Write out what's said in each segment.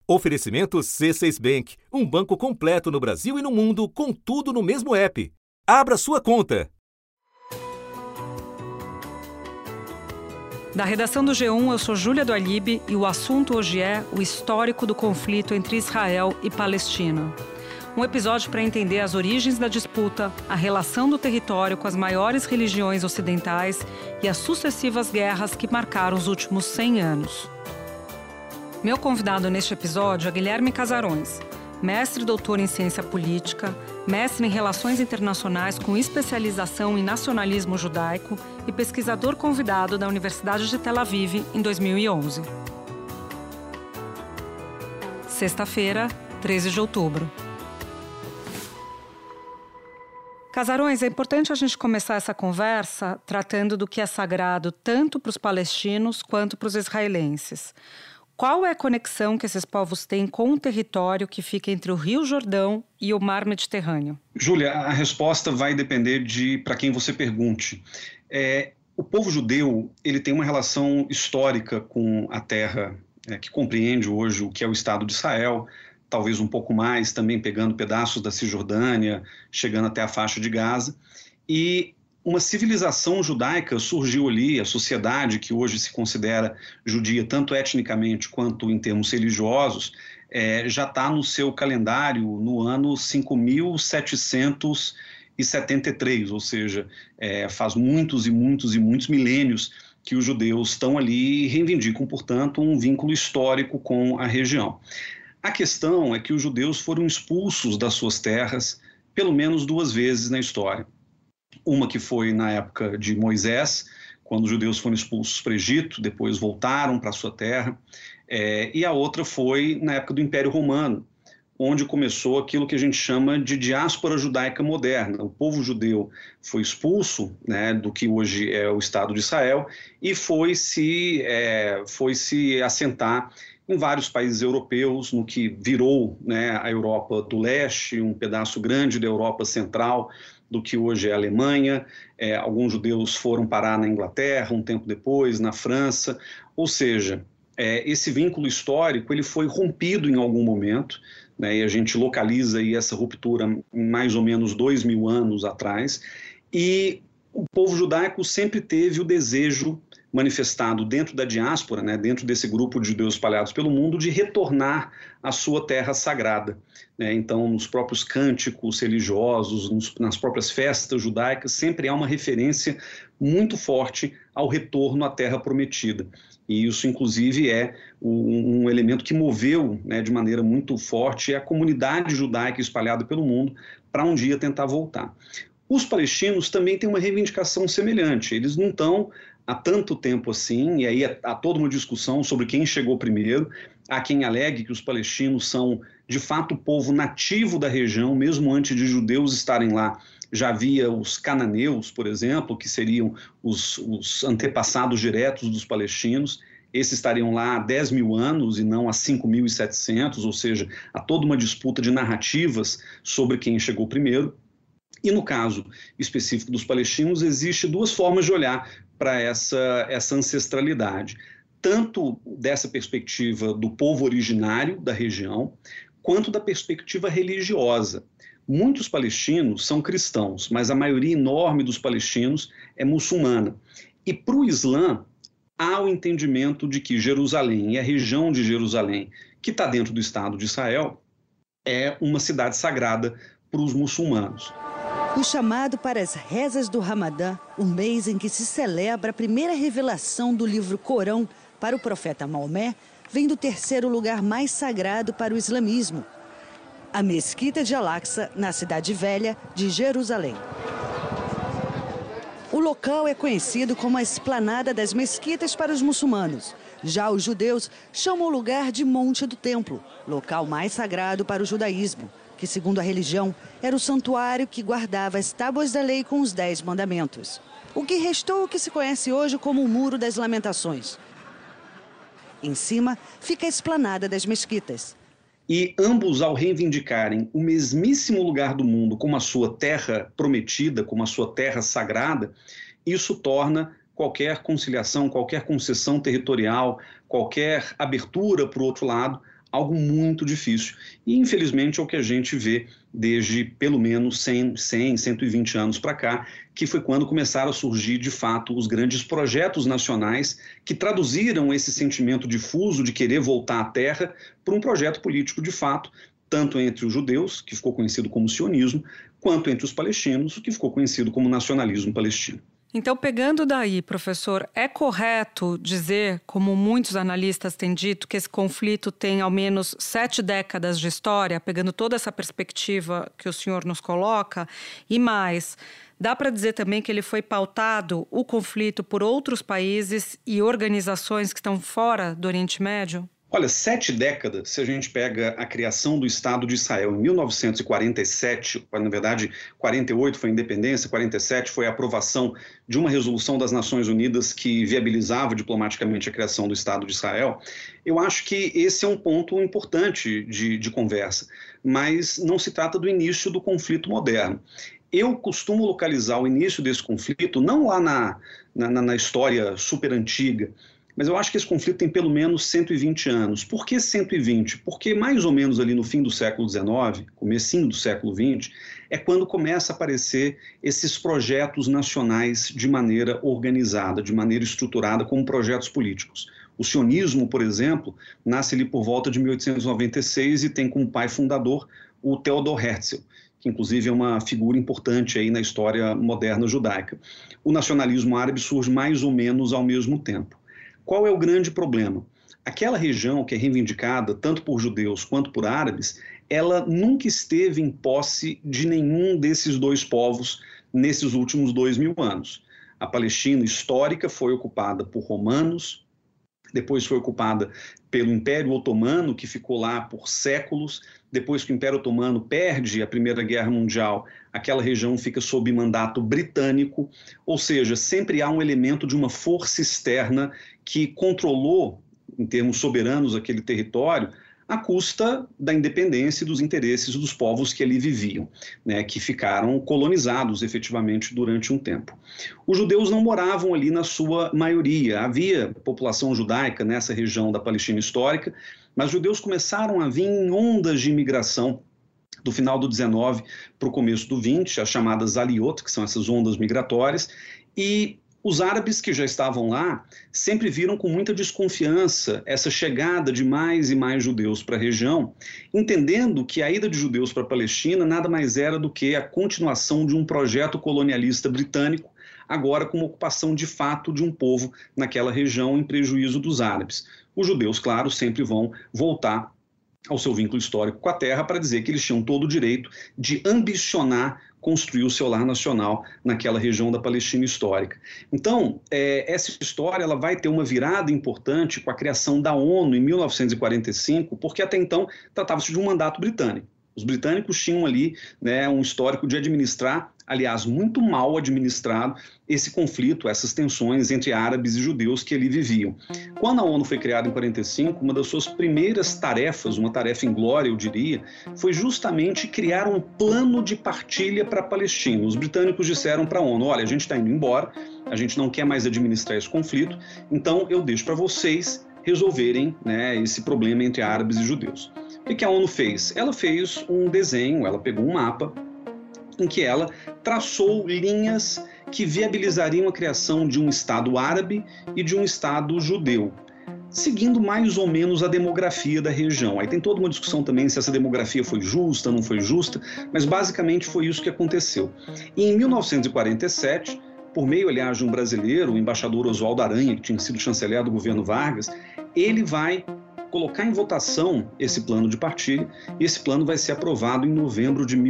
Oferecimento C6 Bank, um banco completo no Brasil e no mundo, com tudo no mesmo app. Abra sua conta. Da redação do G1, eu sou Júlia do Alibe e o assunto hoje é o histórico do conflito entre Israel e Palestina. Um episódio para entender as origens da disputa, a relação do território com as maiores religiões ocidentais e as sucessivas guerras que marcaram os últimos 100 anos. Meu convidado neste episódio é Guilherme Casarões, mestre e doutor em ciência política, mestre em relações internacionais com especialização em nacionalismo judaico e pesquisador convidado da Universidade de Tel Aviv em 2011. Sexta-feira, 13 de outubro. Casarões, é importante a gente começar essa conversa tratando do que é sagrado tanto para os palestinos quanto para os israelenses. Qual é a conexão que esses povos têm com o território que fica entre o Rio Jordão e o Mar Mediterrâneo? Júlia, a resposta vai depender de para quem você pergunte. O povo judeu ele tem uma relação histórica com a terra que compreende hoje o que é o Estado de Israel, talvez um pouco mais, também pegando pedaços da Cisjordânia, chegando até a faixa de Gaza. E uma civilização judaica surgiu ali, a sociedade que hoje se considera judia, tanto etnicamente quanto em termos religiosos, já está no seu calendário no ano 5773, ou seja, faz muitos e muitos e muitos milênios que os judeus estão ali e reivindicam, portanto, um vínculo histórico com a região. A questão é que os judeus foram expulsos das suas terras pelo menos 2 vezes na história. Uma que foi na época de Moisés, quando os judeus foram expulsos para o Egito, depois voltaram para a sua terra, e a outra foi na época do Império Romano, onde começou aquilo que a gente chama de diáspora judaica moderna. O povo judeu foi expulso, do que hoje é o Estado de Israel e foi se assentar em vários países europeus, no que virou a Europa do Leste, um pedaço grande da Europa Central, do que hoje é a Alemanha. Alguns judeus foram parar na Inglaterra um tempo depois, na França, ou seja, esse vínculo histórico ele foi rompido em algum momento, e a gente localiza aí essa ruptura em mais ou menos 2000 anos atrás, e o povo judaico sempre teve o desejo manifestado dentro da diáspora, dentro desse grupo de judeus espalhados pelo mundo, de retornar à sua terra sagrada. Então, nos próprios cânticos religiosos, nas próprias festas judaicas, sempre há uma referência muito forte ao retorno à terra prometida. E isso, inclusive, é um elemento que moveu de maneira muito forte a comunidade judaica espalhada pelo mundo para um dia tentar voltar. Os palestinos também têm uma reivindicação semelhante. Eles não estão há tanto tempo assim, e aí há toda uma discussão sobre quem chegou primeiro. Há quem alegue que os palestinos são, de fato, o povo nativo da região, mesmo antes de judeus estarem lá. Já havia os cananeus, por exemplo, que seriam os antepassados diretos dos palestinos. Esses estariam lá há 10 mil anos e não há 5.700, ou seja, há toda uma disputa de narrativas sobre quem chegou primeiro. E no caso específico dos palestinos, existe 2 formas de olhar para essa ancestralidade, tanto dessa perspectiva do povo originário da região, quanto da perspectiva religiosa. Muitos palestinos são cristãos, mas a maioria enorme dos palestinos é muçulmana. E para o Islã, há o entendimento de que Jerusalém e a região de Jerusalém, que está dentro do Estado de Israel, é uma cidade sagrada para os muçulmanos. O chamado para as rezas do Ramadã, o mês em que se celebra a primeira revelação do livro Corão para o profeta Maomé, vem do 3º lugar mais sagrado para o islamismo, a Mesquita de Al-Aqsa, na Cidade Velha de Jerusalém. O local é conhecido como a Esplanada das Mesquitas para os muçulmanos. Já os judeus chamam o lugar de Monte do Templo, local mais sagrado para o judaísmo, que, segundo a religião, era o santuário que guardava as tábuas da lei com os 10 mandamentos. O que restou o que se conhece hoje como o Muro das Lamentações. Em cima fica a Esplanada das Mesquitas. E ambos, ao reivindicarem o mesmíssimo lugar do mundo como a sua terra prometida, como a sua terra sagrada, isso torna qualquer conciliação, qualquer concessão territorial, qualquer abertura para o outro lado, algo muito difícil. E, infelizmente, é o que a gente vê desde pelo menos 120 anos para cá, que foi quando começaram a surgir, de fato, os grandes projetos nacionais que traduziram esse sentimento difuso de querer voltar à terra para um projeto político de fato, tanto entre os judeus, que ficou conhecido como sionismo, quanto entre os palestinos, que ficou conhecido como nacionalismo palestino. Então, pegando daí, professor, é correto dizer, como muitos analistas têm dito, que esse conflito tem ao menos 7 décadas de história, pegando toda essa perspectiva que o senhor nos coloca, e mais, dá para dizer também que ele foi pautado, o conflito, por outros países e organizações que estão fora do Oriente Médio? Olha, 7 décadas, se a gente pega a criação do Estado de Israel em 1947, na verdade, 48 foi a independência, 47 foi a aprovação de uma resolução das Nações Unidas que viabilizava diplomaticamente a criação do Estado de Israel, eu acho que esse é um ponto importante de conversa, mas não se trata do início do conflito moderno. Eu costumo localizar o início desse conflito não lá na história super antiga, mas eu acho que esse conflito tem pelo menos 120 anos. Por que 120? Porque mais ou menos ali no fim do século XIX, comecinho do século XX, é quando começa a aparecer esses projetos nacionais de maneira organizada, de maneira estruturada, como projetos políticos. O sionismo, por exemplo, nasce ali por volta de 1896 e tem como pai fundador o Theodor Herzl, que inclusive é uma figura importante aí na história moderna judaica. O nacionalismo árabe surge mais ou menos ao mesmo tempo. Qual é o grande problema? Aquela região que é reivindicada tanto por judeus quanto por árabes, ela nunca esteve em posse de nenhum desses dois povos nesses últimos 2000 anos. A Palestina histórica foi ocupada por romanos, depois foi ocupada pelo Império Otomano, que ficou lá por séculos. Depois que o Império Otomano perde a Primeira Guerra Mundial, aquela região fica sob mandato britânico, ou seja, sempre há um elemento de uma força externa que controlou, em termos soberanos, aquele território, à custa da independência e dos interesses dos povos que ali viviam, né, que ficaram colonizados efetivamente durante um tempo. Os judeus não moravam ali na sua maioria, havia população judaica nessa região da Palestina histórica, mas os judeus começaram a vir em ondas de imigração do final do 19 para o começo do 20, as chamadas aliot, que são essas ondas migratórias, e os árabes que já estavam lá sempre viram com muita desconfiança essa chegada de mais e mais judeus para a região, entendendo que a ida de judeus para a Palestina nada mais era do que a continuação de um projeto colonialista britânico, agora com uma ocupação de fato de um povo naquela região em prejuízo dos árabes. Os judeus, claro, sempre vão voltar ao seu vínculo histórico com a terra para dizer que eles tinham todo o direito de ambicionar construir o seu lar nacional naquela região da Palestina histórica. Então, essa história ela vai ter uma virada importante com a criação da ONU em 1945, porque até então tratava-se de um mandato britânico. Os britânicos tinham ali, né, um histórico de administrar, aliás, muito mal administrado, esse conflito, essas tensões entre árabes e judeus que ali viviam. Quando a ONU foi criada em 1945, uma das suas primeiras tarefas, uma tarefa inglória, eu diria, foi justamente criar um plano de partilha para a Palestina. Os britânicos disseram para a ONU, olha, a gente está indo embora, a gente não quer mais administrar esse conflito, então eu deixo para vocês resolverem, né, esse problema entre árabes e judeus. O que a ONU fez? Ela fez um desenho, ela pegou um mapa em que ela traçou linhas que viabilizariam a criação de um Estado árabe e de um Estado judeu, seguindo mais ou menos a demografia da região. Aí tem toda uma discussão também se essa demografia foi justa, não foi justa, mas basicamente foi isso que aconteceu. E em 1947, por meio, aliás, de um brasileiro, o embaixador Oswaldo Aranha, que tinha sido chanceler do governo Vargas, ele vai colocar em votação esse plano de partilha e esse plano vai ser aprovado em novembro de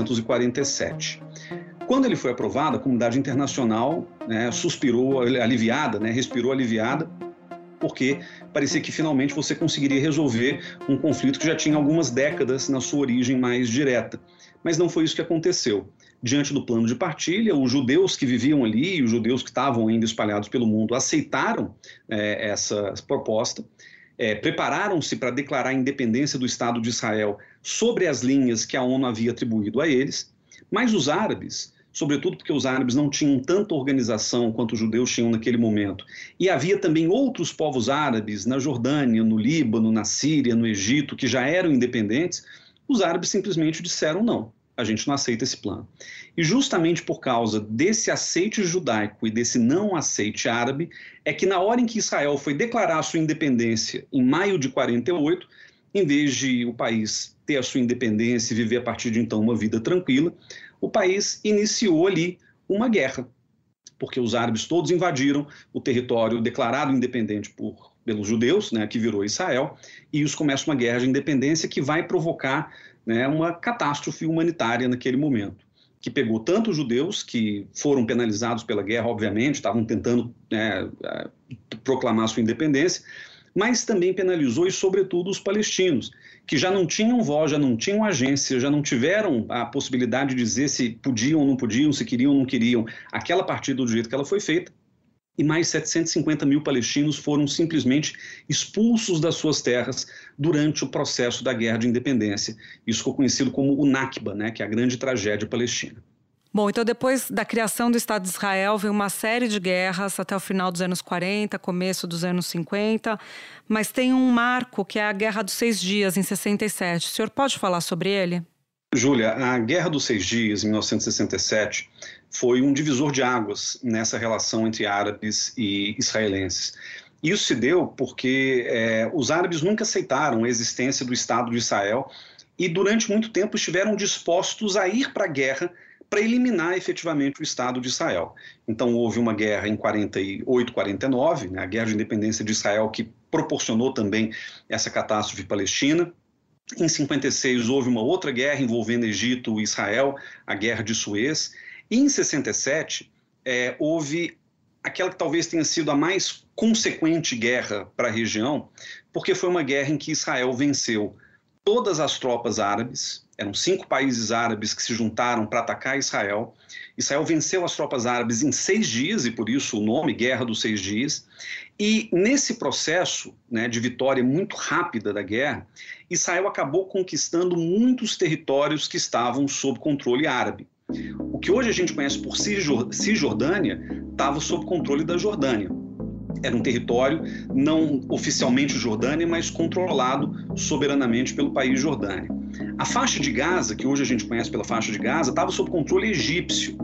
1947. Quando ele foi aprovado, a comunidade internacional, né, suspirou aliviada, né, respirou aliviada, porque parecia que finalmente você conseguiria resolver um conflito que já tinha algumas décadas na sua origem mais direta. Mas não foi isso que aconteceu. Diante do plano de partilha, os judeus que viviam ali, os judeus que estavam ainda espalhados pelo mundo, aceitaram essa proposta, prepararam-se para declarar a independência do Estado de Israel sobre as linhas que a ONU havia atribuído a eles, mas os árabes sobretudo porque os árabes não tinham tanta organização quanto os judeus tinham naquele momento. E havia também outros povos árabes na Jordânia, no Líbano, na Síria, no Egito, que já eram independentes. Os árabes simplesmente disseram não, a gente não aceita esse plano. E justamente por causa desse aceite judaico e desse não aceite árabe, é que na hora em que Israel foi declarar sua independência, em maio de 48, em vez de o país ter a sua independência e viver a partir de então uma vida tranquila, o país iniciou ali uma guerra, porque os árabes todos invadiram o território declarado independente pelos judeus, né, que virou Israel, e isso começa uma guerra de independência que vai provocar, né, uma catástrofe humanitária naquele momento, que pegou tanto os judeus, que foram penalizados pela guerra, obviamente, estavam tentando, né, proclamar sua independência, mas também penalizou e, sobretudo, os palestinos, que já não tinham voz, já não tinham agência, já não tiveram a possibilidade de dizer se podiam ou não podiam, se queriam ou não queriam aquela partida do jeito que ela foi feita. E mais 750 mil palestinos foram simplesmente expulsos das suas terras durante o processo da Guerra de Independência. Isso ficou conhecido como o Nakba, né, que é a grande tragédia palestina. Bom, então depois da criação do Estado de Israel, veio uma série de guerras até o final dos anos 40, começo dos anos 50, mas tem um marco que é a Guerra dos 6 Dias, em 67. O senhor pode falar sobre ele? Júlia, a Guerra dos 6 Dias, em 1967, foi um divisor de águas nessa relação entre árabes e israelenses. Isso se deu porque os árabes nunca aceitaram a existência do Estado de Israel e durante muito tempo estiveram dispostos a ir para a guerra para eliminar efetivamente o Estado de Israel. Então houve uma guerra em 48, 49, né, a Guerra de Independência de Israel, que proporcionou também essa catástrofe palestina. Em 56 houve uma outra guerra envolvendo Egito e Israel, a Guerra de Suez. E em 67 houve aquela que talvez tenha sido a mais consequente guerra para a região, porque foi uma guerra em que Israel venceu todas as tropas árabes. Eram 5 países árabes que se juntaram para atacar Israel. Israel venceu as tropas árabes em 6 dias, e por isso o nome, Guerra dos 6 Dias. E nesse processo, né, de vitória muito rápida da guerra, Israel acabou conquistando muitos territórios que estavam sob controle árabe. O que hoje a gente conhece por Cisjordânia estava sob controle da Jordânia. Era um território não oficialmente Jordânia, mas controlado soberanamente pelo país Jordânia. A faixa de Gaza, que hoje a gente conhece pela faixa de Gaza, estava sob controle egípcio.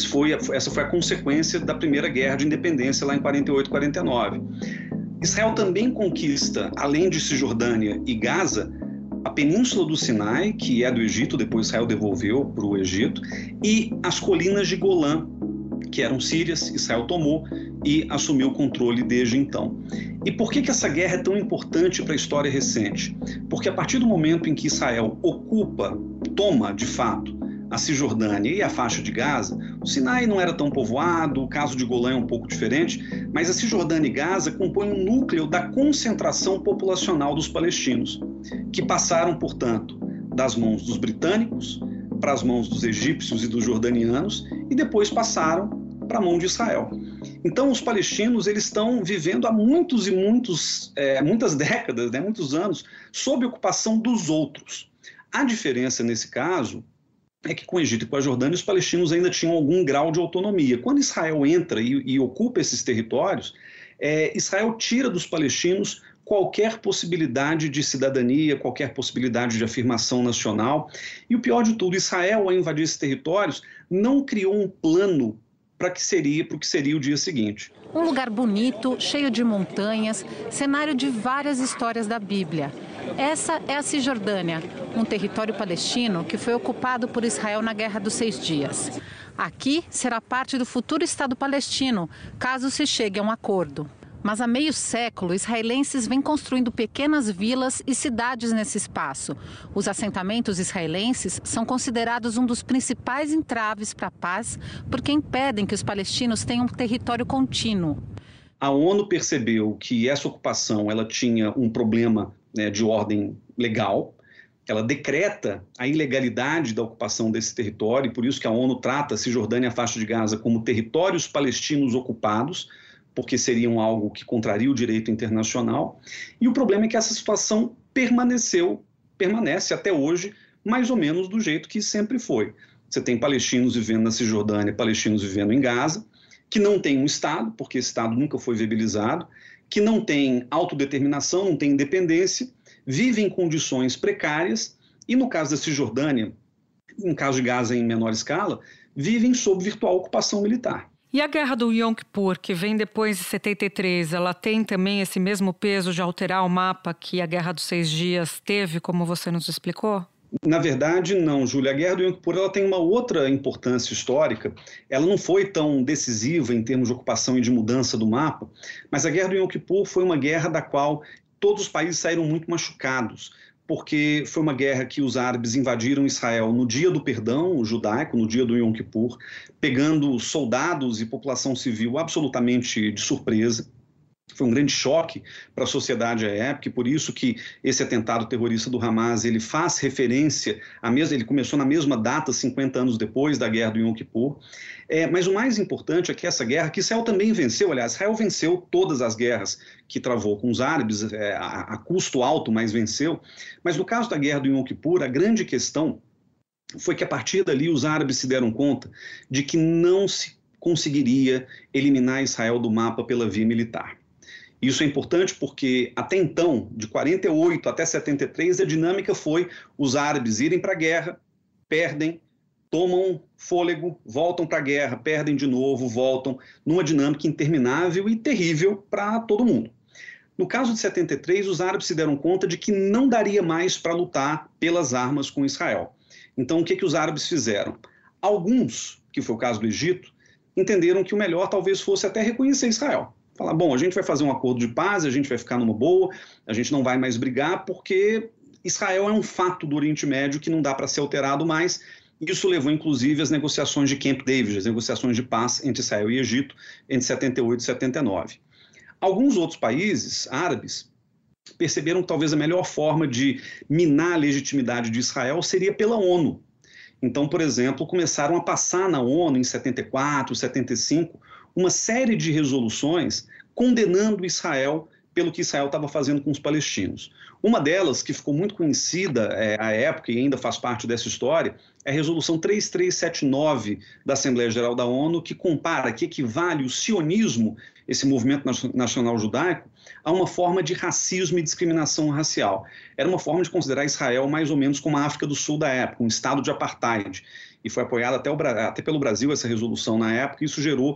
Essa foi a consequência da primeira guerra de independência lá em 48, 49. Israel também conquista, além de Cisjordânia e Gaza, a península do Sinai, que é do Egito, depois Israel devolveu para o Egito, e as colinas de Golã, que eram sírias, Israel tomou e assumiu o controle desde então. E por que essa guerra é tão importante para a história recente? Porque a partir do momento em que Israel toma de fato a Cisjordânia e a faixa de Gaza, o Sinai não era tão povoado, o caso de Golã é um pouco diferente, mas a Cisjordânia e Gaza compõem um núcleo da concentração populacional dos palestinos, que passaram, portanto, das mãos dos britânicos para as mãos dos egípcios e dos jordanianos e depois passaram para a mão de Israel. Então, os palestinos eles estão vivendo há muitas décadas, né, muitos anos, sob ocupação dos outros. A diferença nesse caso é que com o Egito e com a Jordânia os palestinos ainda tinham algum grau de autonomia. Quando Israel entra e ocupa esses territórios, Israel tira dos palestinos qualquer possibilidade de cidadania, qualquer possibilidade de afirmação nacional. E o pior de tudo, Israel, ao invadir esses territórios, não criou um plano para o que seria o dia seguinte. Um lugar bonito, cheio de montanhas, cenário de várias histórias da Bíblia. Essa é a Cisjordânia, um território palestino que foi ocupado por Israel na Guerra dos 6 Dias. Aqui será parte do futuro Estado palestino, caso se chegue a um acordo. Mas há meio século, israelenses vêm construindo pequenas vilas e cidades nesse espaço. Os assentamentos israelenses são considerados um dos principais entraves para a paz, porque impedem que os palestinos tenham um território contínuo. A ONU percebeu que essa ocupação ela tinha um problema, né, de ordem legal. Ela decreta a ilegalidade da ocupação desse território, e por isso que a ONU trata a Cisjordânia e a faixa de Gaza como territórios palestinos ocupados, porque seriam algo que contraria o direito internacional. E o problema é que essa situação permanece até hoje, mais ou menos do jeito que sempre foi. Você tem palestinos vivendo na Cisjordânia, palestinos vivendo em Gaza, que não tem um Estado, porque esse Estado nunca foi viabilizado, que não tem autodeterminação, não tem independência, vivem em condições precárias e, no caso da Cisjordânia, no caso de Gaza em menor escala, vivem sob virtual ocupação militar. E a Guerra do Yom Kippur, que vem depois de 73, ela tem também esse mesmo peso de alterar o mapa que a Guerra dos 6 Dias teve, como você nos explicou? Na verdade, não, Júlia. A Guerra do Yom Kippur ela tem uma outra importância histórica. Ela não foi tão decisiva em termos de ocupação e de mudança do mapa, mas a Guerra do Yom Kippur foi uma guerra da qual todos os países saíram muito machucados, porque foi uma guerra que os árabes invadiram Israel no dia do perdão, o judaico, no dia do Yom Kippur, pegando soldados e população civil absolutamente de surpresa. Foi um grande choque para a sociedade à época, e por isso que esse atentado terrorista do Hamas ele faz referência, ele começou na mesma data, 50 anos depois da Guerra do Yom Kippur. Mas o mais importante é que essa guerra, que Israel também venceu, aliás, Israel venceu todas as guerras que travou com os árabes, a custo alto, mas venceu. Mas no caso da Guerra do Yom Kippur, a grande questão foi que a partir dali os árabes se deram conta de que não se conseguiria eliminar Israel do mapa pela via militar. Isso é importante porque, até então, de 48 até 73, a dinâmica foi os árabes irem para a guerra, perdem, tomam fôlego, voltam para a guerra, perdem de novo, voltam, numa dinâmica interminável e terrível para todo mundo. No caso de 73, os árabes se deram conta de que não daria mais para lutar pelas armas com Israel. Então, o que os árabes fizeram? Alguns, que foi o caso do Egito, entenderam que o melhor talvez fosse até reconhecer Israel. Falar, bom, a gente vai fazer um acordo de paz, a gente vai ficar numa boa, a gente não vai mais brigar, porque Israel é um fato do Oriente Médio que não dá para ser alterado mais. Isso levou, inclusive, às negociações de Camp David, as negociações de paz entre Israel e Egito, entre 78 e 79. Alguns outros países árabes perceberam que talvez a melhor forma de minar a legitimidade de Israel seria pela ONU. Então, por exemplo, começaram a passar na ONU, em 74, 75, uma série de resoluções condenando Israel pelo que Israel estava fazendo com os palestinos. Uma delas, que ficou muito conhecida à época e ainda faz parte dessa história, é a Resolução 3379 da Assembleia Geral da ONU, que compara, que equivale o sionismo, esse movimento nacional judaico, a uma forma de racismo e discriminação racial. Era uma forma de considerar Israel mais ou menos como a África do Sul da época, um estado de apartheid. E foi apoiada até pelo Brasil essa resolução na época, e isso gerou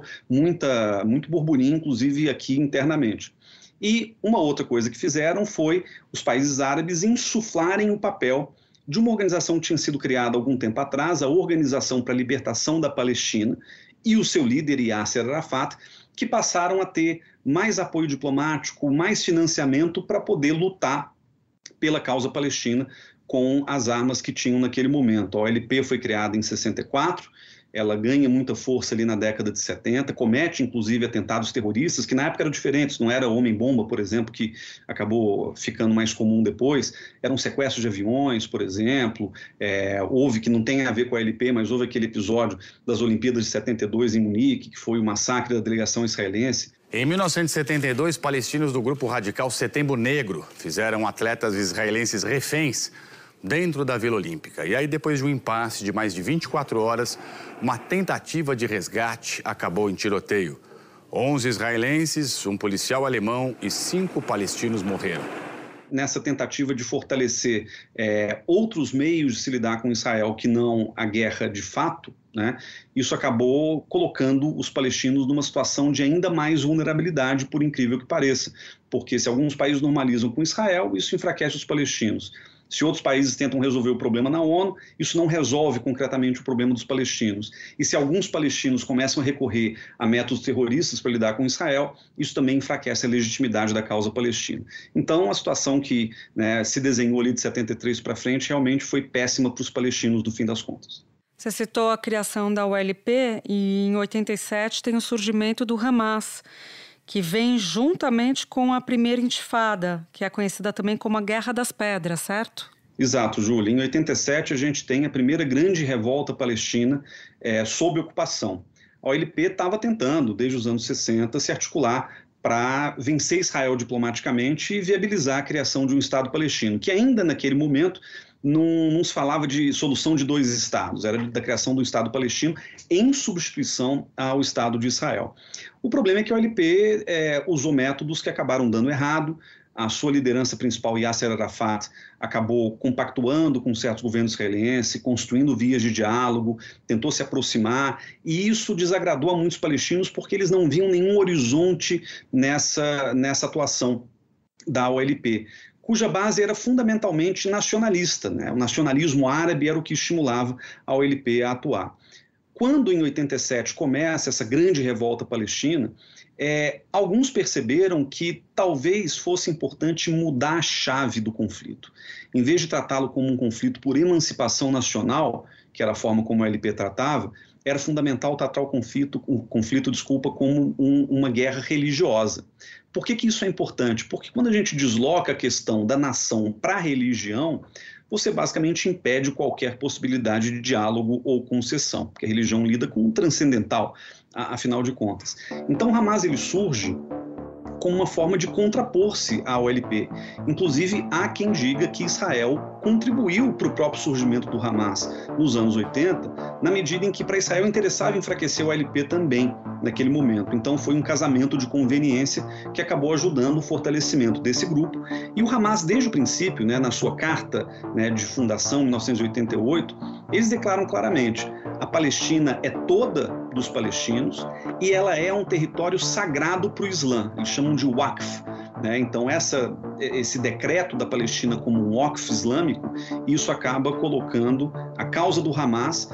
muito burburinho, inclusive aqui internamente. E uma outra coisa que fizeram foi os países árabes insuflarem o papel de uma organização que tinha sido criada há algum tempo atrás, a Organização para a Libertação da Palestina, e o seu líder, Yasser Arafat, que passaram a ter mais apoio diplomático, mais financiamento para poder lutar pela causa palestina com as armas que tinham naquele momento. A OLP foi criada em 64, ela ganha muita força ali na década de 70, comete inclusive atentados terroristas, que na época eram diferentes, não era homem-bomba, por exemplo, que acabou ficando mais comum depois, eram sequestros de aviões, por exemplo, houve, que não tem a ver com a OLP, mas houve aquele episódio das Olimpíadas de 72 em Munique, que foi o massacre da delegação israelense. Em 1972, palestinos do grupo radical Setembro Negro fizeram atletas israelenses reféns dentro da Vila Olímpica. E aí, depois de um impasse de mais de 24 horas, uma tentativa de resgate acabou em tiroteio. 11 israelenses, um policial alemão e 5 palestinos morreram. Nessa tentativa de fortalecer outros meios de se lidar com Israel que não a guerra de fato, né, isso acabou colocando os palestinos numa situação de ainda mais vulnerabilidade, por incrível que pareça. Porque se alguns países normalizam com Israel, isso enfraquece os palestinos. Se outros países tentam resolver o problema na ONU, isso não resolve concretamente o problema dos palestinos. E se alguns palestinos começam a recorrer a métodos terroristas para lidar com Israel, isso também enfraquece a legitimidade da causa palestina. Então, a situação que se desenhou ali de 73 para frente realmente foi péssima para os palestinos, no fim das contas. Você citou a criação da OLP e em 87 tem o surgimento do Hamas, que vem juntamente com a primeira intifada, que é conhecida também como a Guerra das Pedras, certo? Exato, Júlia. Em 87 a gente tem a primeira grande revolta palestina sob ocupação. A OLP estava tentando, desde os anos 60, se articular para vencer Israel diplomaticamente e viabilizar a criação de um Estado palestino, que ainda naquele momento não se falava de solução de 2 estados, era da criação do Estado palestino em substituição ao Estado de Israel. O problema é que a OLP usou métodos que acabaram dando errado. A sua liderança principal, Yasser Arafat, acabou compactuando com certos governos israelenses, construindo vias de diálogo, tentou se aproximar, e isso desagradou a muitos palestinos porque eles não viam nenhum horizonte nessa atuação da OLP, cuja base era fundamentalmente nacionalista, né? O nacionalismo árabe era o que estimulava a OLP a atuar. Quando, em 87, começa essa grande revolta palestina, alguns perceberam que talvez fosse importante mudar a chave do conflito. Em vez de tratá-lo como um conflito por emancipação nacional, que era a forma como a OLP tratava, era fundamental tratar o conflito como uma guerra religiosa. Por que isso é importante? Porque quando a gente desloca a questão da nação para a religião, você basicamente impede qualquer possibilidade de diálogo ou concessão, porque a religião lida com o transcendental, afinal de contas. Então o Hamas ele surge como uma forma de contrapor-se à OLP. Inclusive, há quem diga que Israel contribuiu para o próprio surgimento do Hamas nos anos 80, na medida em que para Israel interessava enfraquecer a OLP também naquele momento. Então foi um casamento de conveniência que acabou ajudando o fortalecimento desse grupo. E o Hamas, desde o princípio, na sua carta de fundação, em 1988, eles declaram claramente: a Palestina é toda dos palestinos e ela é um território sagrado para o Islã. Eles chamam de Waqf. Então esse decreto da Palestina como um Waqf islâmico, isso acaba colocando a causa do Hamas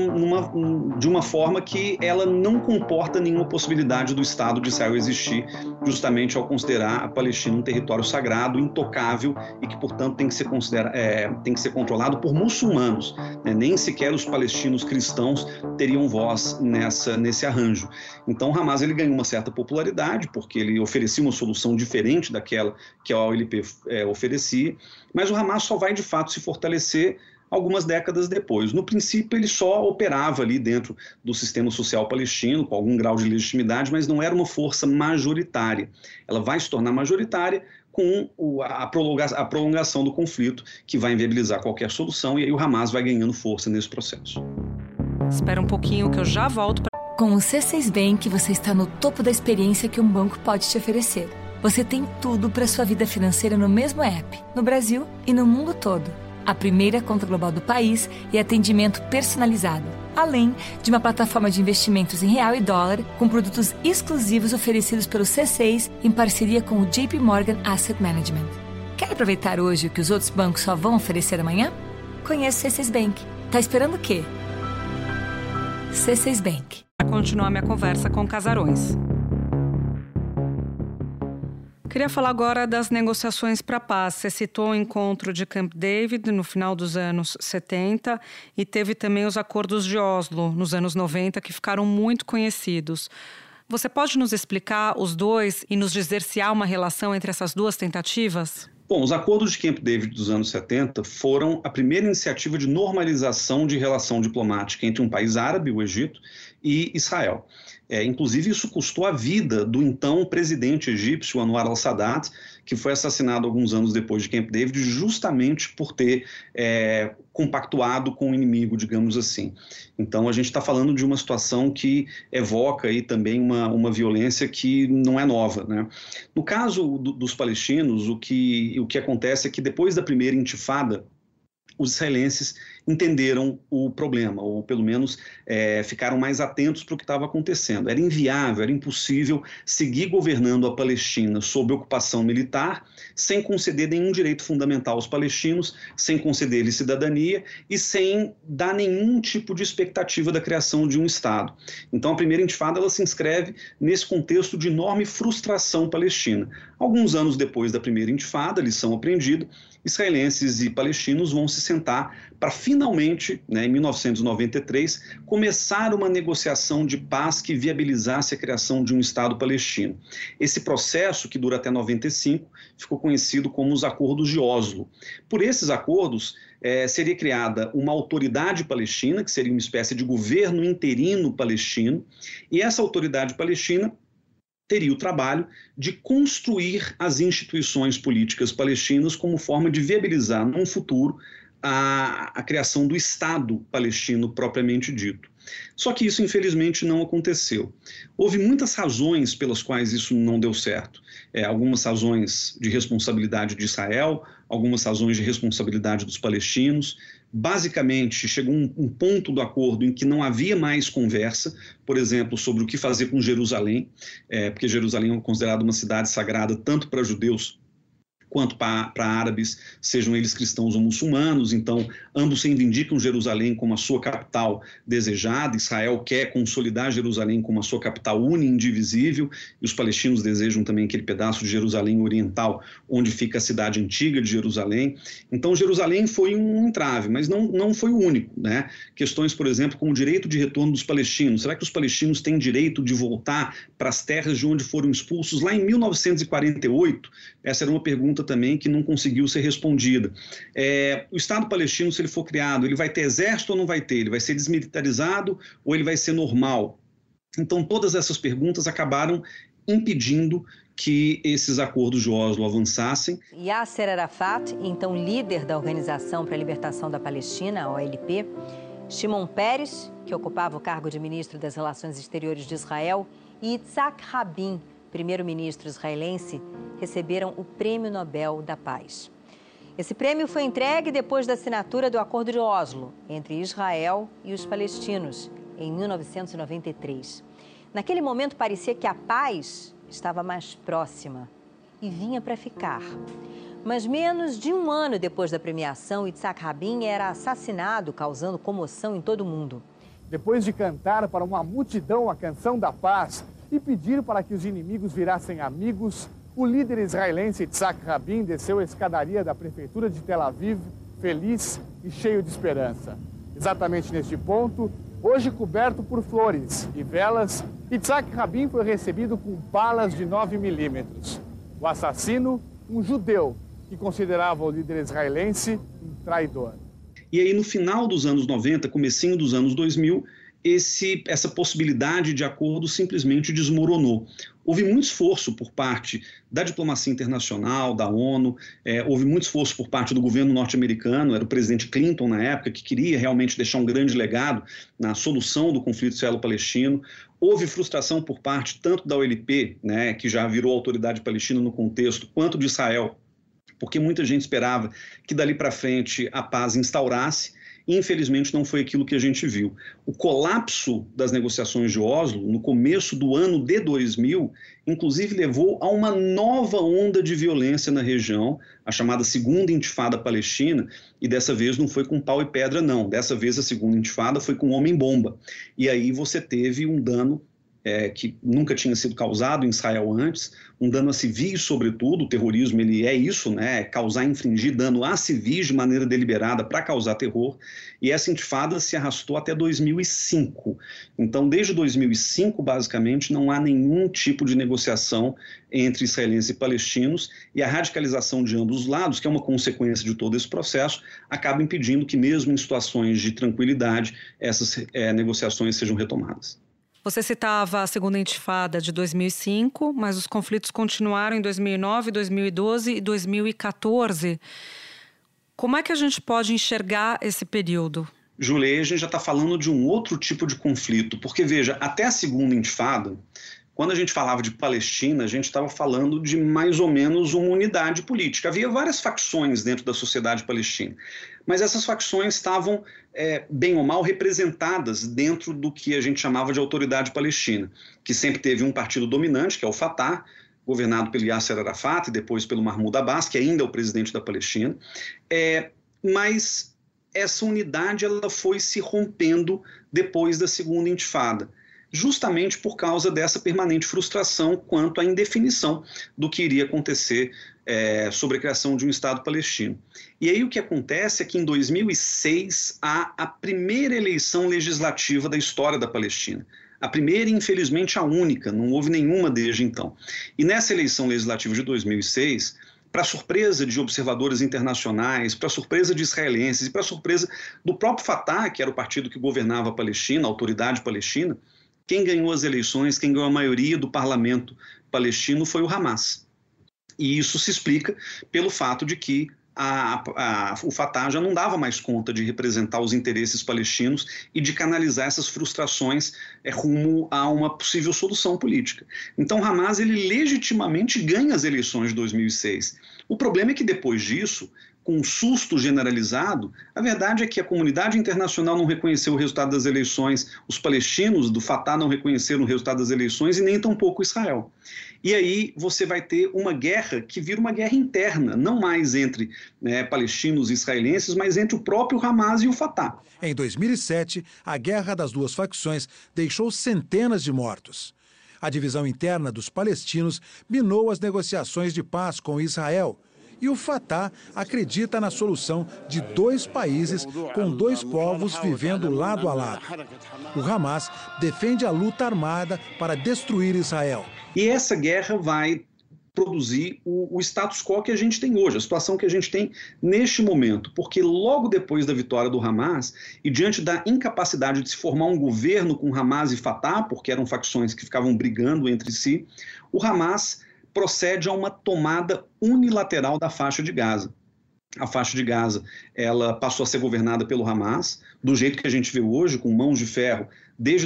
de uma forma que ela não comporta nenhuma possibilidade do Estado de Israel existir, justamente ao considerar a Palestina um território sagrado, intocável e que, portanto, tem que ser controlado por muçulmanos. Nem sequer os palestinos cristãos teriam voz nesse arranjo. Então o Hamas ele ganhou uma certa popularidade porque ele oferecia uma solução diferente daquela que a OLP oferecia, mas o Hamas só vai de fato se fortalecer algumas décadas depois. No princípio ele só operava ali dentro do sistema social palestino com algum grau de legitimidade, mas não era uma força majoritária. Ela vai se tornar majoritária com a prolongação do conflito, que vai inviabilizar qualquer solução, e aí o Hamas vai ganhando força nesse processo. Espera um pouquinho que eu já volto. Com o C6 Bank, você está no topo da experiência que um banco pode te oferecer. Você tem tudo para sua vida financeira no mesmo app, no Brasil e no mundo todo. A primeira conta global do país e atendimento personalizado, além de uma plataforma de investimentos em real e dólar com produtos exclusivos oferecidos pelo C6 em parceria com o JP Morgan Asset Management. Quer aproveitar hoje o que os outros bancos só vão oferecer amanhã? Conheça o C6 Bank. Tá esperando o quê? C6 Bank. Para continuar minha conversa com Casarões. Queria falar agora das negociações para a paz. Você citou o encontro de Camp David no final dos anos 70 e teve também os acordos de Oslo nos anos 90, que ficaram muito conhecidos. Você pode nos explicar os dois e nos dizer se há uma relação entre essas duas tentativas? Bom, os acordos de Camp David dos anos 70 foram a primeira iniciativa de normalização de relação diplomática entre um país árabe, o Egito, e Israel. Inclusive, isso custou a vida do então presidente egípcio, Anwar al-Sadat, que foi assassinado alguns anos depois de Camp David, justamente por ter compactuado com o inimigo, digamos assim. Então, a gente está falando de uma situação que evoca aí também uma violência que não é nova, né? No caso dos palestinos, o que acontece é que depois da primeira intifada, os israelenses entenderam o problema, ou pelo menos ficaram mais atentos para o que estava acontecendo. Era inviável, era impossível seguir governando a Palestina sob ocupação militar, sem conceder nenhum direito fundamental aos palestinos, sem conceder-lhes cidadania e sem dar nenhum tipo de expectativa da criação de um Estado. Então a primeira intifada ela se inscreve nesse contexto de enorme frustração palestina. Alguns anos depois da primeira intifada, lição aprendida, israelenses e palestinos vão se sentar para finalmente, em 1993, começar uma negociação de paz que viabilizasse a criação de um Estado palestino. Esse processo, que dura até 95, ficou conhecido como os Acordos de Oslo. Por esses acordos, seria criada uma autoridade palestina, que seria uma espécie de governo interino palestino, e essa autoridade palestina teria o trabalho de construir as instituições políticas palestinas como forma de viabilizar, num futuro, a criação do Estado palestino propriamente dito. Só que isso, infelizmente, não aconteceu. Houve muitas razões pelas quais isso não deu certo. Algumas razões de responsabilidade de Israel, algumas razões de responsabilidade dos palestinos. Basicamente, chegou um ponto do acordo em que não havia mais conversa, por exemplo, sobre o que fazer com Jerusalém, porque Jerusalém é considerada uma cidade sagrada tanto para judeus quanto para árabes, sejam eles cristãos ou muçulmanos. Então, ambos reivindicam Jerusalém como a sua capital desejada. Israel quer consolidar Jerusalém como a sua capital única e indivisível, e os palestinos desejam também aquele pedaço de Jerusalém oriental, onde fica a cidade antiga de Jerusalém. Então, Jerusalém foi um entrave, mas não foi o único, né? Questões, por exemplo, como o direito de retorno dos palestinos. Será que os palestinos têm direito de voltar para as terras de onde foram expulsos lá em 1948? Essa era uma pergunta também que não conseguiu ser respondida. O Estado palestino, se ele for criado, ele vai ter exército ou não vai ter? Ele vai ser desmilitarizado ou ele vai ser normal? Então, todas essas perguntas acabaram impedindo que esses acordos de Oslo avançassem. Yasser Arafat, então líder da Organização para a Libertação da Palestina, a OLP, Shimon Peres, que ocupava o cargo de ministro das Relações Exteriores de Israel, e Yitzhak Rabin, primeiro-ministro israelense, receberam o Prêmio Nobel da Paz. Esse prêmio foi entregue depois da assinatura do Acordo de Oslo entre Israel e os palestinos, em 1993. Naquele momento parecia que a paz estava mais próxima e vinha para ficar. Mas menos de um ano depois da premiação, Yitzhak Rabin era assassinado, causando comoção em todo o mundo. Depois de cantar para uma multidão a canção da paz e pedir para que os inimigos virassem amigos, o líder israelense Yitzhak Rabin desceu a escadaria da prefeitura de Tel Aviv, feliz e cheio de esperança. Exatamente neste ponto, hoje coberto por flores e velas, Yitzhak Rabin foi recebido com balas de 9 milímetros. O assassino, um judeu que considerava o líder israelense um traidor. E aí, no final dos anos 90, comecinho dos anos 2000, essa possibilidade de acordo simplesmente desmoronou. Houve muito esforço por parte da diplomacia internacional, da ONU, houve muito esforço por parte do governo norte-americano, era o presidente Clinton na época, que queria realmente deixar um grande legado na solução do conflito israelo-palestino. Houve frustração por parte tanto da OLP, né, que já virou autoridade palestina no contexto, quanto de Israel, porque muita gente esperava que dali para frente a paz instaurasse. Infelizmente, não foi aquilo que a gente viu. O colapso das negociações de Oslo, no começo do ano de 2000, inclusive levou a uma nova onda de violência na região, a chamada Segunda Intifada Palestina, e dessa vez não foi com pau e pedra, não. Dessa vez a Segunda Intifada foi com homem-bomba. E aí você teve um dano que nunca tinha sido causado em Israel antes, um dano a civis, sobretudo. O terrorismo, ele é isso, né? Causar, infligir dano a civis de maneira deliberada para causar terror, e essa intifada se arrastou até 2005. Então, desde 2005, basicamente, não há nenhum tipo de negociação entre israelenses e palestinos, e a radicalização de ambos os lados, que é uma consequência de todo esse processo, acaba impedindo que, mesmo em situações de tranquilidade, essas negociações sejam retomadas. Você citava a Segunda Intifada de 2005, mas os conflitos continuaram em 2009, 2012 e 2014. Como é que a gente pode enxergar esse período? Júlia, a gente já está falando de um outro tipo de conflito, porque, veja, até a Segunda Intifada, quando a gente falava de Palestina, a gente estava falando de mais ou menos uma unidade política. Havia várias facções dentro da sociedade palestina, mas essas facções estavam, bem ou mal, representadas dentro do que a gente chamava de autoridade palestina, que sempre teve um partido dominante, que é o Fatah, governado pelo Yasser Arafat e depois pelo Mahmoud Abbas, que ainda é o presidente da Palestina, mas essa unidade ela foi se rompendo depois da Segunda Intifada, justamente por causa dessa permanente frustração quanto à indefinição do que iria acontecer sobre a criação de um Estado palestino. E aí o que acontece é que em 2006 há a primeira eleição legislativa da história da Palestina. A primeira e, infelizmente, a única, não houve nenhuma desde então. E nessa eleição legislativa de 2006, para surpresa de observadores internacionais, para surpresa de israelenses e para surpresa do próprio Fatah, que era o partido que governava a Palestina, a autoridade palestina, quem ganhou as eleições, quem ganhou a maioria do parlamento palestino foi o Hamas. E isso se explica pelo fato de que o Fatah já não dava mais conta de representar os interesses palestinos e de canalizar essas frustrações rumo a uma possível solução política. Então, Hamas, ele legitimamente ganha as eleições de 2006. O problema é que depois disso, com um susto generalizado, a verdade é que a comunidade internacional não reconheceu o resultado das eleições, os palestinos do Fatah não reconheceram o resultado das eleições e nem tampouco Israel. E aí você vai ter uma guerra que vira uma guerra interna, não mais entre palestinos e israelenses, mas entre o próprio Hamas e o Fatah. Em 2007, a guerra das duas facções deixou centenas de mortos. A divisão interna dos palestinos minou as negociações de paz com Israel. E o Fatah acredita na solução de dois países com dois povos vivendo lado a lado. O Hamas defende a luta armada para destruir Israel. E essa guerra vai produzir o status quo que a gente tem hoje, a situação que a gente tem neste momento, porque logo depois da vitória do Hamas e diante da incapacidade de se formar um governo com Hamas e Fatah, porque eram facções que ficavam brigando entre si, o Hamas procede a uma tomada unilateral da faixa de Gaza. A faixa de Gaza, ela passou a ser governada pelo Hamas, do jeito que a gente vê hoje, com mãos de ferro, desde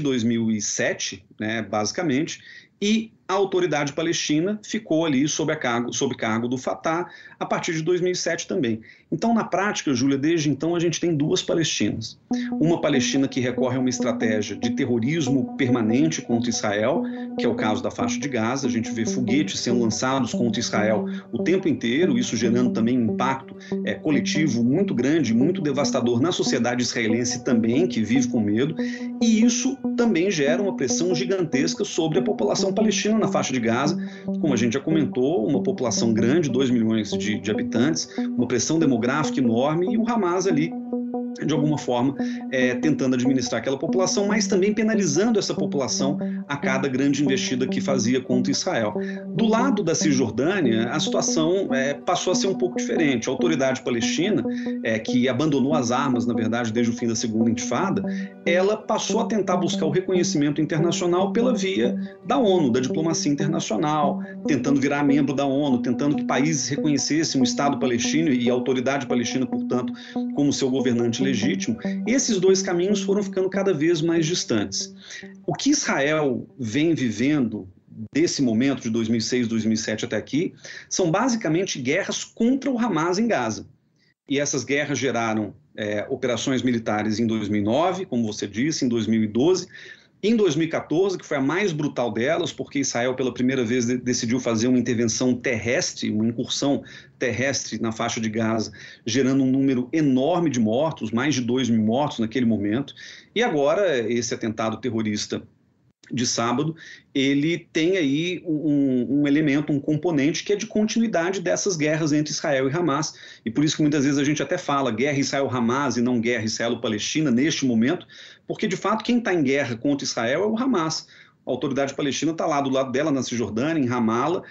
2007, basicamente, e a autoridade palestina ficou ali sob cargo do Fatah a partir de 2007 também. Então, na prática, Júlia, desde então a gente tem duas Palestinas. Uma Palestina que recorre a uma estratégia de terrorismo permanente contra Israel, que é o caso da faixa de Gaza. A gente vê foguetes sendo lançados contra Israel o tempo inteiro, isso gerando também um impacto coletivo muito grande, muito devastador na sociedade israelense também, que vive com medo, e isso também gera uma pressão gigantesca sobre a população palestina na faixa de Gaza, como a gente já comentou, uma população grande, 2 milhões de habitantes, uma pressão demográfica enorme e o Hamas ali, de alguma forma, tentando administrar aquela população, mas também penalizando essa população a cada grande investida que fazia contra Israel. Do lado da Cisjordânia, a situação passou a ser um pouco diferente. A autoridade palestina, que abandonou as armas, na verdade, desde o fim da Segunda Intifada, ela passou a tentar buscar o reconhecimento internacional pela via da ONU, da diplomacia internacional, tentando virar membro da ONU, tentando que países reconhecessem o Estado palestino e a autoridade palestina, portanto, como seu governante legítimo. Esses dois caminhos foram ficando cada vez mais distantes. O que Israel vem vivendo desse momento de 2006, 2007 até aqui, são basicamente guerras contra o Hamas em Gaza. E essas guerras geraram operações militares em 2009, como você disse, em 2012, em 2014, que foi a mais brutal delas, porque Israel pela primeira vez decidiu fazer uma intervenção terrestre, uma incursão terrestre na faixa de Gaza, gerando um número enorme de mortos, mais de 2 mil mortos naquele momento. E agora esse atentado terrorista de sábado, ele tem aí um elemento, um componente que é de continuidade dessas guerras entre Israel e Hamas, e por isso que muitas vezes a gente até fala guerra Israel-Hamas e não guerra Israel-Palestina neste momento, porque de fato quem está em guerra contra Israel é o Hamas. A autoridade palestina está lá do lado dela, na Cisjordânia, em Ramala,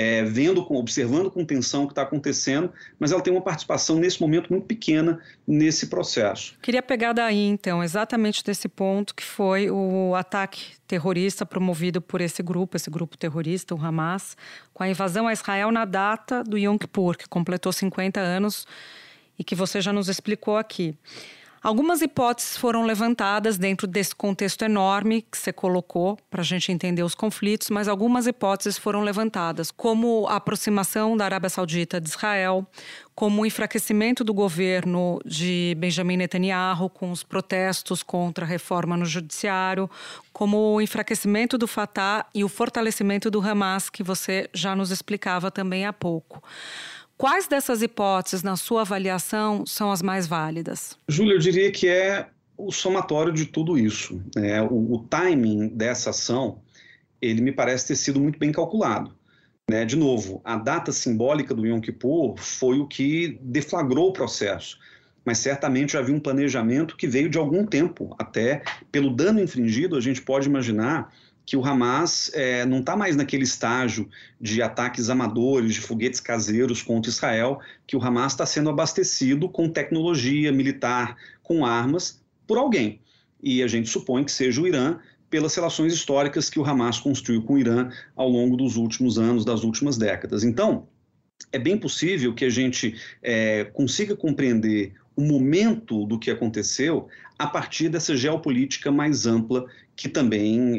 observando com tensão o que está acontecendo, mas ela tem uma participação nesse momento muito pequena nesse processo. Queria pegar daí, então, exatamente desse ponto que foi o ataque terrorista promovido por esse grupo terrorista, o Hamas, com a invasão a Israel na data do Yom Kippur, que completou 50 anos e que você já nos explicou aqui. Algumas hipóteses foram levantadas dentro desse contexto enorme que você colocou para a gente entender os conflitos, mas algumas hipóteses foram levantadas, como a aproximação da Arábia Saudita de Israel, como o enfraquecimento do governo de Benjamin Netanyahu com os protestos contra a reforma no judiciário, como o enfraquecimento do Fatah e o fortalecimento do Hamas, que você já nos explicava também há pouco. Quais dessas hipóteses, na sua avaliação, são as mais válidas? Júlia, eu diria que é o somatório de tudo isso. O timing dessa ação, ele me parece ter sido muito bem calculado. De novo, a data simbólica do Yom Kippur foi o que deflagrou o processo, mas certamente havia um planejamento que veio de algum tempo. Até pelo dano infringido, a gente pode imaginar que o Hamas não está mais naquele estágio de ataques amadores, de foguetes caseiros contra Israel, que o Hamas está sendo abastecido com tecnologia militar, com armas, por alguém. E a gente supõe que seja o Irã, pelas relações históricas que o Hamas construiu com o Irã ao longo dos últimos anos, das últimas décadas. Então, é bem possível que a gente consiga compreender o momento do que aconteceu a partir dessa geopolítica mais ampla que também,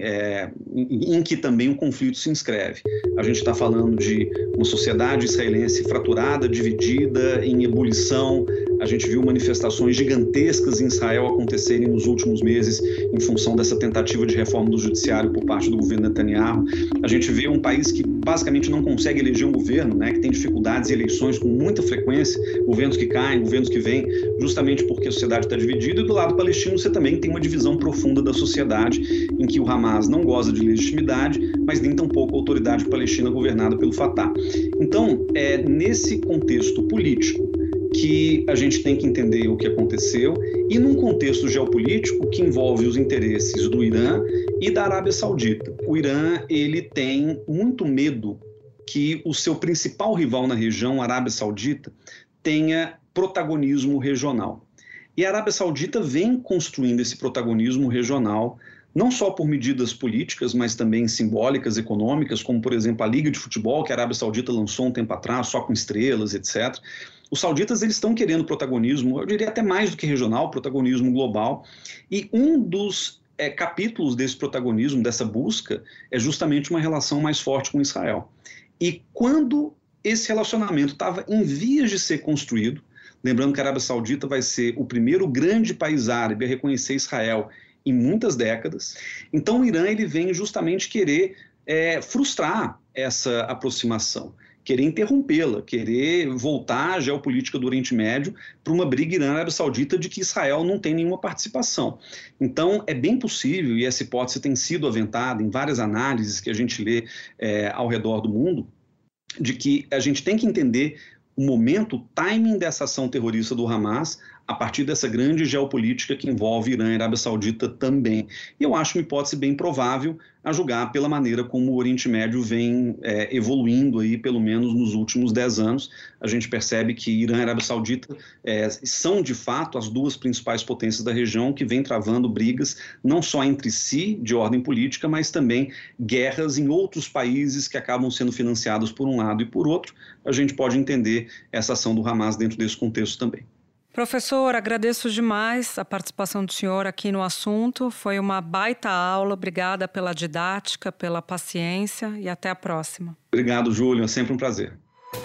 em que também o conflito se inscreve. A gente está falando de uma sociedade israelense fraturada, dividida, em ebulição. A gente viu manifestações gigantescas em Israel acontecerem nos últimos meses em função dessa tentativa de reforma do judiciário por parte do governo Netanyahu. A gente vê um país que basicamente não consegue eleger um governo, né, que tem dificuldades em eleições com muita frequência, governos que caem, governos que vêm, justamente porque a sociedade está dividida. E do lado palestino você também tem uma divisão profunda da sociedade, em que o Hamas não goza de legitimidade, mas nem tampouco a autoridade palestina governada pelo Fatah. Então, é nesse contexto político que a gente tem que entender o que aconteceu, e num contexto geopolítico que envolve os interesses do Irã e da Arábia Saudita. O Irã, ele tem muito medo que o seu principal rival na região, a Arábia Saudita, tenha protagonismo regional. E a Arábia Saudita vem construindo esse protagonismo regional, não só por medidas políticas, mas também simbólicas, econômicas, como, por exemplo, a Liga de Futebol, que a Arábia Saudita lançou um tempo atrás, só com estrelas, etc. Os sauditas, eles estão querendo protagonismo, eu diria até mais do que regional, protagonismo global. E um dos capítulos desse protagonismo, dessa busca, é justamente uma relação mais forte com Israel. E quando esse relacionamento estava em vias de ser construído, lembrando que a Arábia Saudita vai ser o primeiro grande país árabe a reconhecer Israel em muitas décadas, então o Irã ele vem justamente querer frustrar essa aproximação, querer interrompê-la, querer voltar a geopolítica do Oriente Médio para uma briga Irã-Arábia Saudita de que Israel não tem nenhuma participação. Então, é bem possível, e essa hipótese tem sido aventada em várias análises que a gente lê ao redor do mundo, de que a gente tem que entender o momento, o timing dessa ação terrorista do Hamas a partir dessa grande geopolítica que envolve Irã e Arábia Saudita também. E eu acho uma hipótese bem provável, a julgar pela maneira como o Oriente Médio vem evoluindo aí, pelo menos nos últimos 10 anos. A gente percebe que Irã e Arábia Saudita são, de fato, as duas principais potências da região que vêm travando brigas, não só entre si, de ordem política, mas também guerras em outros países que acabam sendo financiados por um lado e por outro. A gente pode entender essa ação do Hamas dentro desse contexto também. Professor, agradeço demais a participação do senhor aqui no assunto. Foi uma baita aula. Obrigada pela didática, pela paciência e até a próxima. Obrigado, Júlio. É sempre um prazer.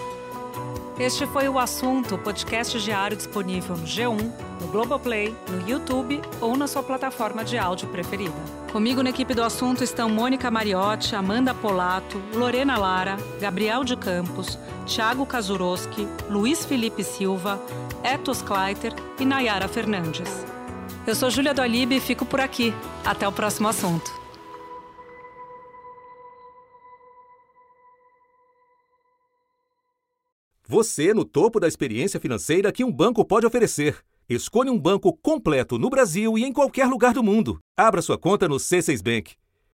Este foi o Assunto, podcast diário disponível no G1, no Globoplay, no YouTube ou na sua plataforma de áudio preferida. Comigo na equipe do Assunto estão Mônica Mariotti, Amanda Polato, Lorena Lara, Gabriel de Campos, Thiago Kazuroski, Luiz Felipe Silva, Etos Kleiter e Nayara Fernandes. Eu sou Júlia do Alibe e fico por aqui. Até o próximo assunto. Você no topo da experiência financeira que um banco pode oferecer. Escolha um banco completo no Brasil e em qualquer lugar do mundo. Abra sua conta no C6 Bank.